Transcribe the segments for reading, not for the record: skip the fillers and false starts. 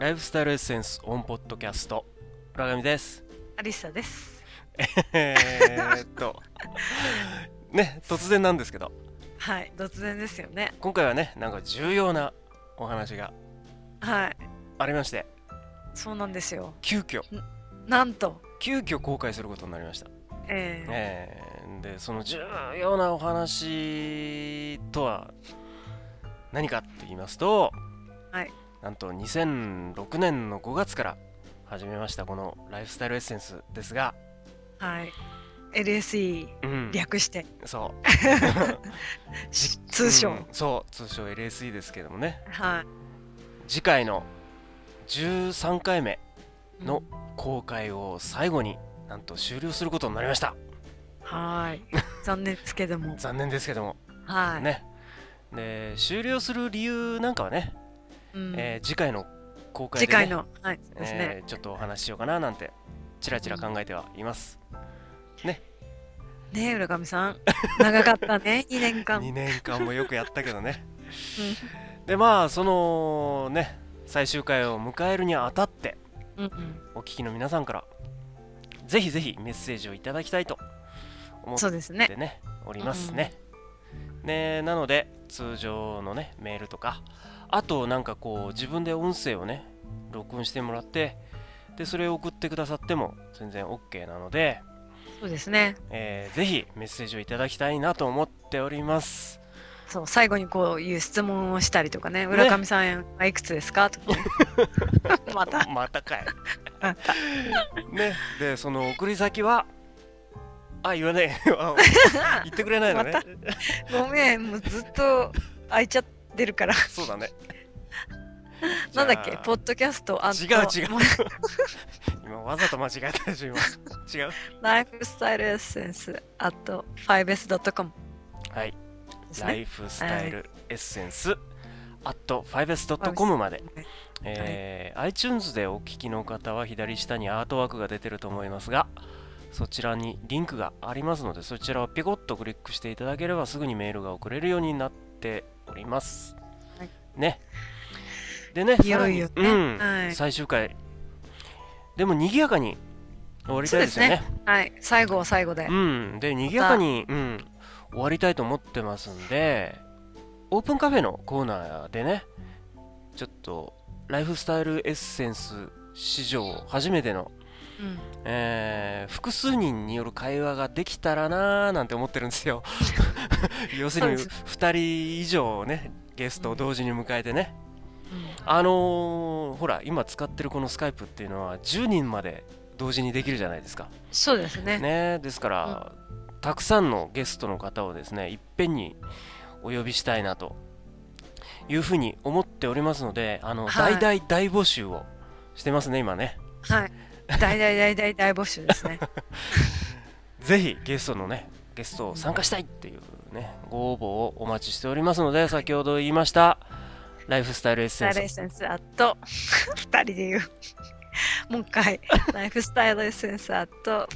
ライフスタイルエッセンスオンポッドキャスト、浦上です。 アリサです。 えーっとね、突然なんですけど、 はい、突然ですよね。 今回はね、なんか重要なお話がはい、 ありまして、 そうなんですよ。 急遽なんと、 公開することになりました。 えで、その重要なお話とは何かって言いますと、 はい、 なんと2006年の5月から始めましたこのライフスタイルエッセンスですが、 はい、LSE うん、 略してそう通称、 そう通称 LSE ですけどもね、 は次回の13回目い、 の公開を最後になんと終了することになりました。 はい、残念ですけども、 残念ですけどもはい、 ね。で、終了する理由なんかはね、次回の公開でね、 次回の、はい、ですね。 ちょっとお話ししようかななんてちらちら考えてはいますね。 ねえ、浦上さん、長かったね、2年間。 2年間もよくやったけどね。 うんで、まあそのね、最終回を迎えるにあたってうん、 お聞きの皆さんからぜひぜひメッセージをいただきたいと思っそうですね。 てねおりますね。なので通常のねメールとか、あとなんかこう自分で音声をね録音してもらって、でそれを送ってくださっても全然 OK なので、 そうですね。 ぜひメッセージをいただきたいなと思っております。 そう、最後にこういう質問をしたりとかね、浦ね、 上さんはいくつですかとかね。また、 またかいまた。 ね。でその送り先は言わない言ってくれないのね。 またごめん、もうずっと開いちゃってるから。 そうだね。 なんだっけ、ポッドキャスト、 違う今わざと間違えたでしょ。今違う。 ライフスタイルエッセンス at 5s.com はい、 ですね。 ライフスタイルエッセンス at 5s.com まで、iTunes でお聞きの方は左下にアートワークが出てると思いますが、そちらにリンクがありますので、そちらをピコッとクリックしていただければすぐにメールが送れるようになっております、 はい、 ね。でね、 いよいよね、はい、 最終回でも賑やかに終わりたいですよね。 そうですね。はい、最後は最後で。 で賑やかに、終わりたいと思ってますんで、オープンカフェのコーナーでね、ちょっとライフスタイルエッセンス史上初めての、複数人による会話ができたらなーなんて思ってるんですよ。要するに2人以上ねゲストを同時に迎えてね、ほら今使ってるこのスカイプっていうのは10人まで同時にできるじゃないですか。 そうですね。 ですから、たくさんのゲストの方をですねいっぺんにお呼びしたいなというふうに思っておりますので、大大大募集をしてますね今ね。 はい、大大大大大募集ですね。 ぜひゲストを参加したいっていうねご応募をお待ちしておりますので、先ほど言いましたライフスタイルエッセンス、 2人で言う。もう一回、ライフスタイルエッセンス at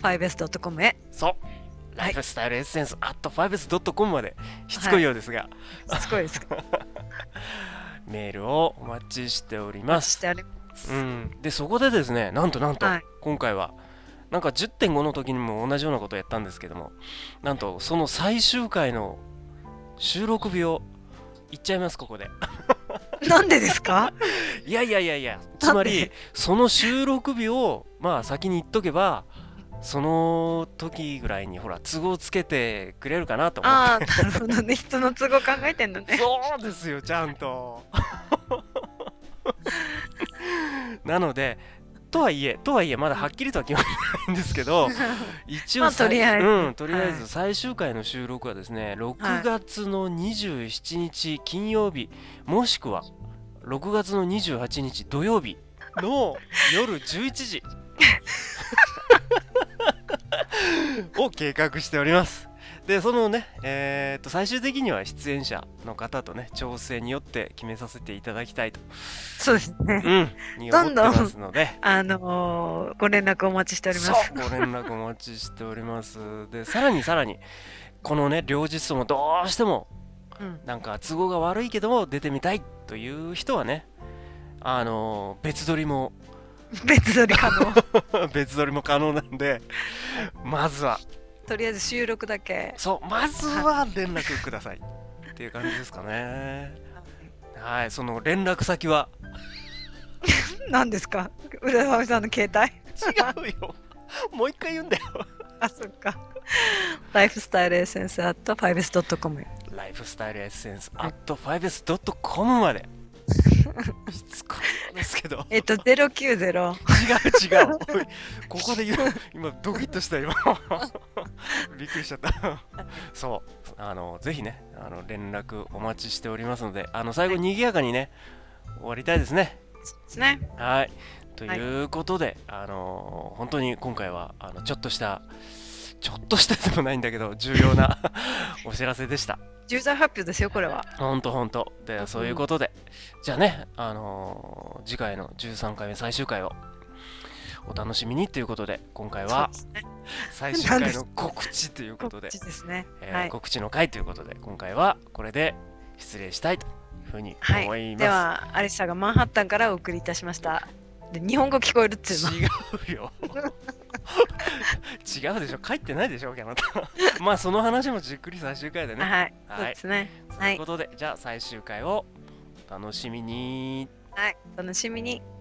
5s.com へ。 そう、ライフスタイルエッセンス at 5s.com まで、しつこいようですが、 しつこいですか。 メールをお待ちしております。 しております。 でそこでですね、なんと、今回はなんか 10.5 の時にも同じようなことをやったんですけども、なんとその最終回の収録日を言っちゃいます、ここで。 なんでですか？ いや、つまりその収録日をまあ先に言っとけば、その時ぐらいにほら都合つけてくれるかなと思って。 なるほどね。人の都合考えてんのね。 そうですよ、ちゃんと。なので、とはいえまだはっきりとは決まってないんですけど、一応とりあえず最終回の収録はですね、6月の27日金曜日、もしくは6月の28日土曜日の夜11時を計画しております。でそのね、最終的には出演者の方とね調整によって決めさせていただきたいと、 そうですね。 に思ってますので、 ご連絡お待ちしております。 ご連絡お待ちしております。でさらにこのね両日ともどうしてもなんか都合が悪いけども出てみたいという人はね、 別撮りも別撮り可能。 別撮りも可能なんで、まずはとりあえず収録だけ。 まずは連絡くださいっていう感じですかね。はい、その連絡先は何ですか？浦上さんの携帯？ 違うよ。もう一回言うんだよ。 あ、そっか。ライフスタイルエッセンス at5s.com ライフスタイルエッセンス at 5s.com まで。しつこいようですけど。 090。 違う。おい、ここで言う、今ドキッとした今。びっくりしちゃった。そう、ぜひね、連絡お待ちしておりますので、最後にぎやかにね、終わりたいですね。 そうですね。 はい。ということで、本当に今回はちょっとしたでもないんだけど重要なお知らせでした。 重大発表ですよ、これは。 本当で、そういうことで、じゃあね、次回の13回目最終回をお楽しみにということで、今回は最終回の告知ということで、 告知ですね。 告知の回ということで、今回はこれで失礼したいというふうに思います。 では、アリサがマンハッタンからお送りいたしました。で、日本語聞こえるっていうの。 違うよ。違うでしょ、書いてないでしょ、あなた。まあその話もじっくり最終回でね。 はい、そうですね。 ということで、じゃあ最終回をお楽しみに。 はい、楽しみに。